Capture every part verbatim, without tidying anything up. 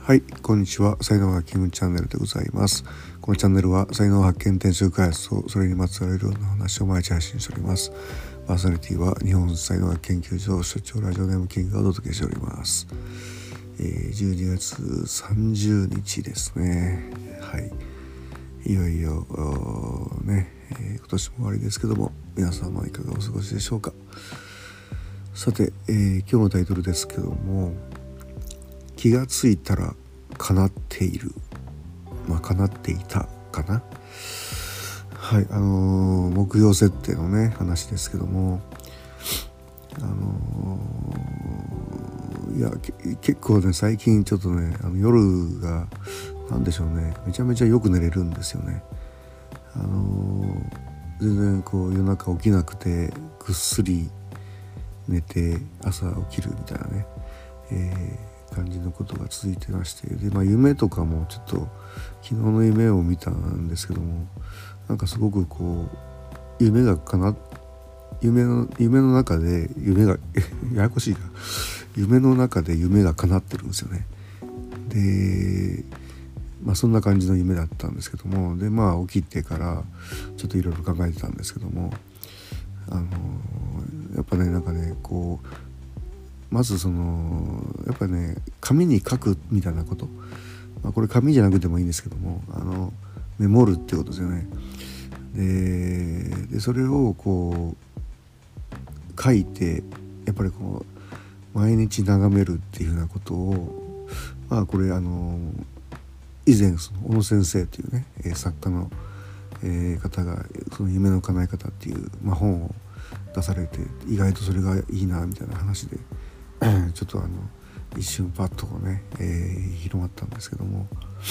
はい、こんにちは。才能発見チャンネルでございます。このチャンネルは才能発見、転職開発とそれにまつわるいろんな話を毎日配信しております。パーソナリティは日本才能学研究所所長ラジオネームキングがお届けしております。えー、じゅうにがつさんじゅうにちですね。はい。いよいよね、えー、今年も終わりですけども、皆様いかがお過ごしでしょうか。さて、えー、今日のタイトルですけども、気がついたら叶っている、まあ叶っていたかな。はい、あのー、目標設定のね話ですけども、あのー、いや結構ね最近ちょっとねあの夜がなんでしょうねめちゃめちゃよく寝れるんですよね。あのー、全然こう夜中起きなくてぐっすり寝て朝起きるみたいなね、えー感じのことが続いてまして、で、まあ、夢とかもちょっと昨日の夢を見たんですけども、なんかすごくこう夢がかな夢の夢の中で夢がややこしいな夢の中で夢が叶ってるんですよね。で、まあそんな感じの夢だったんですけども、でまあ起きてからちょっといろいろ考えてたんですけども、あのやっぱねなんかねこうまずそのやっぱりね紙に書くみたいなこと、まあ、これ紙じゃなくてもいいんですけども、あのメモるってことですよね。で、でそれをこう書いてやっぱりこう毎日眺めるっていうようなことを、まあこれあの以前その小野先生というね作家の、えー、方がその夢の叶え方っていう、まあ、本を出されて、意外とそれがいいなみたいな話でちょっとあの一瞬パッとこうね、えー、広まったんですけども、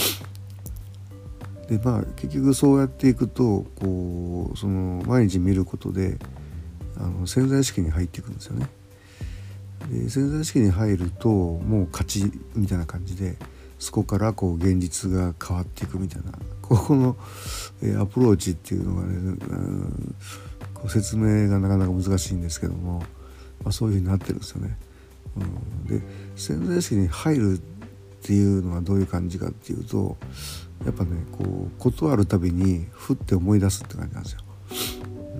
でまあ結局そうやっていくとこうその毎日見ることであの潜在意識に入っていくんですよね。で潜在意識に入るともう勝ちみたいな感じで、そこからこう現実が変わっていくみたいな、ここの、えー、アプローチっていうのがね、うん、こう説明がなかなか難しいんですけども、まあ、そういう風になってるんですよね。うん、で潜在意識に入るっていうのはどういう感じかっていうと、やっぱねこうことあるたびにふって思い出すって感じなんですよ。うん、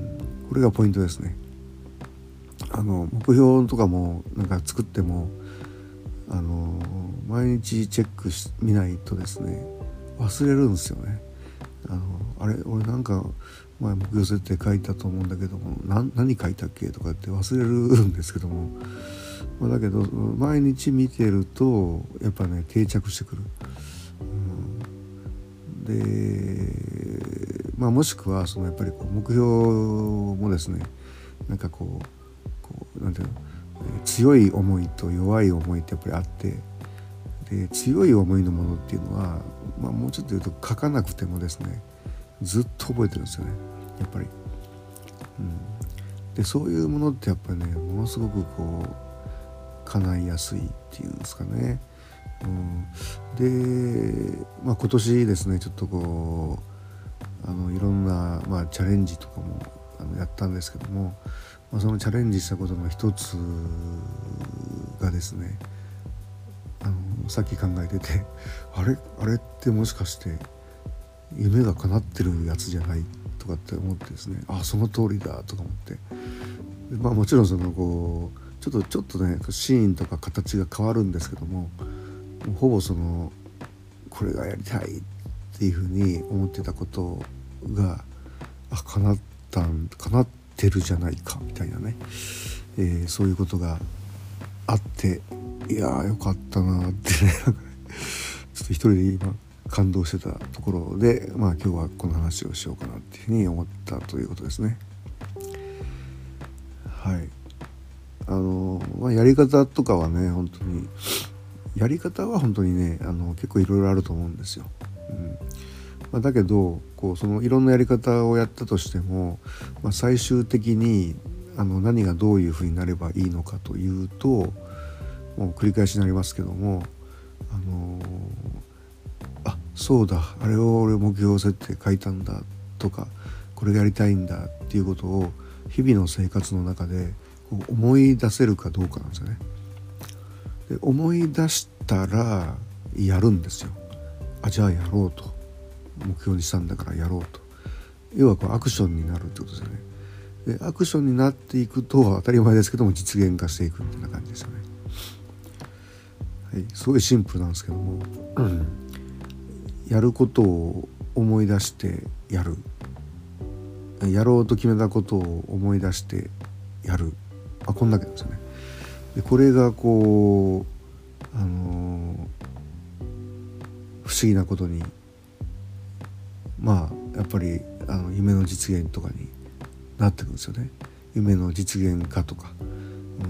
これがポイントですね。あの目標とかもなんか作ってもあの毎日チェックし見ないとですね忘れるんですよね。あのあれ俺なんか前目標設定書いたと思うんだけども、な何書いたっけとかって忘れるんですけども、まあ、だけど毎日見てるとやっぱね定着してくる。うん、で、まあ、もしくはそのやっぱりこう目標もですねなんかこう、こうなんていうの、強い思いと弱い思いってやっぱりあって、で強い思いのものっていうのは、まあ、もうちょっと言うと書かなくてもですねずっと覚えてるんですよねやっぱり。うん、でそういうものってやっぱりねものすごくこう叶いやすいっていうんですかね。うん、で、まあ、今年ですねちょっとこうあのいろんな、まあ、チャレンジとかもあのやったんですけども、まあ、そのチャレンジしたことの一つがですね、あのさっき考えててあれあれってもしかして夢が叶ってるやつじゃないとかって思ってですね、あその通りだとか思って、でまあもちろんそのこうちょっとちょっとねシーンとか形が変わるんですけども、もうほぼそのこれがやりたいっていうふうに思ってたことがあ叶ったん叶ってるじゃないかみたいなね、えー、そういうことがあって、いやーよかったなってねちょっと一人で今感動してたところで、まあ今日はこの話をしようかなっていうふうに思ったということですね。はい。あのまあ、やり方とかはね本当にやり方は本当にねあの結構いろいろあると思うんですよ。うんまあ、だけどこうそのいろんなやり方をやったとしても、まあ、最終的にあの何がどういうふうになればいいのかというと、もう繰り返しになりますけども、あのあそうだあれを俺目標設定書いたんだとか、これがやりたいんだっていうことを日々の生活の中でこう思い出せるかどうかなんですよね。で思い出したらやるんですよ。あ、じゃあやろうと、目標にしたんだからやろうと、要はこうアクションになるってことですよね。でアクションになっていくと当たり前ですけども実現化していくみたいな感じですよね。はい、すごいシンプルなんですけども、うん、やることを思い出してやる、やろうと決めたことを思い出してやる、あ、こんだけなんですよね。でこれがこう、あのー、不思議なことにまあやっぱりあの夢の実現とかになってくるんですよね。夢の実現化とか、うん、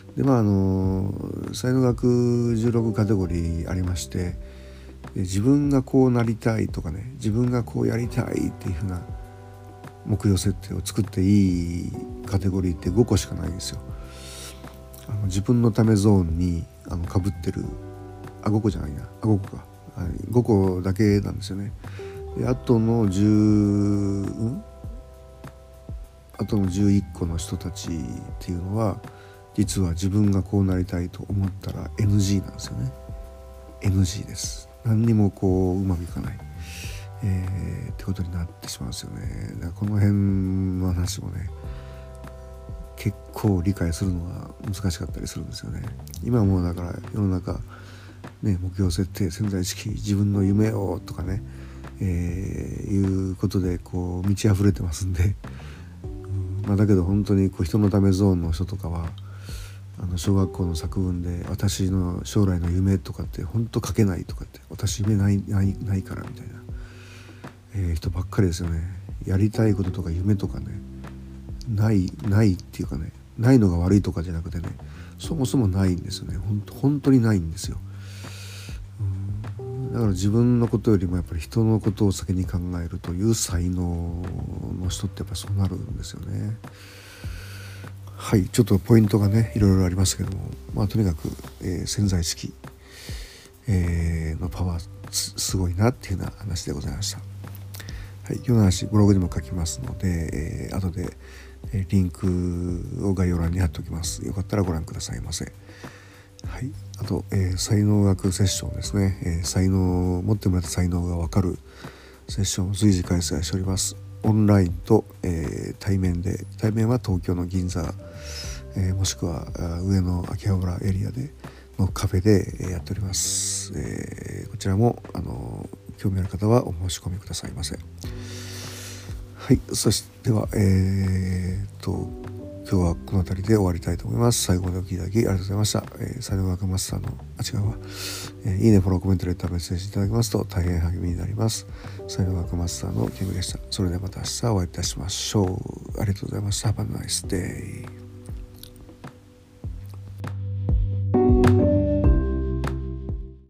でまああの才能学じゅうろくカテゴリーありまして、自分がこうなりたいとかね、自分がこうやりたいっていうふうな目標設定を作っていいカテゴリーってごこしかないんですよ。あの自分のためゾーンにあの被ってる、あごこじゃないな、あごこか、ごこだけなんですよね。であとのじゅう、うん、あとのじゅういっこの人たちっていうのは実は自分がこうなりたいと思ったら エヌジー なんですよね。 エヌジー です。何にもこううまくいかない、えー、ってことになってしまうんですよね。だからこの辺の話もね結構理解するのが難しかったりするんですよね。今はもうだから世の中ね、目標設定、潜在意識、自分の夢をとかね、えー、いうことでこう満ち溢れてますんで、うん、まあ、だけど本当にこう人のためゾーンの人とかはあの小学校の作文で私の将来の夢とかって本当書けないとかって、私夢ないないないからみたいな、えー、人ばっかりですよね。やりたいこととか夢とかねないないっていうかね、ないのが悪いとかじゃなくてね、そもそもないんですよね。本当本当にないんですよ。だから自分のことよりもやっぱり人のことを先に考えるという才能の人ってやっぱりそうなるんですよね。はい、ちょっとポイントがねいろいろありますけども、まあとにかく、えー、潜在意識、えー、のパワー す, すごいなっていうような話でございました。はい、今日の話ブログにも書きますので、えー、後で、えー、リンクを概要欄に貼っておきます。よかったらご覧くださいませ。はい、あと、えー、才能学セッションですね、えー、才能持ってもらった才能が分かるセッションを随時開催しております。オンラインと、えー、対面で、対面は東京の銀座、えー、もしくは上野秋葉原エリアでのカフェで、えー、やっております。えー、こちらもあの興味ある方はお申し込みくださいませ。はい、そしてはえー、っと今日はこの辺りで終わりたいと思います。最後までお聞きいただきありがとうございました。えー、才能学マスターのあ違うわ、えー、いいねフォローコメントレターメッセージいただきますと大変励みになります。才能学マスターのキングでした。それではまた明日お会いいたしましょう。ありがとうございました。Have a nice day.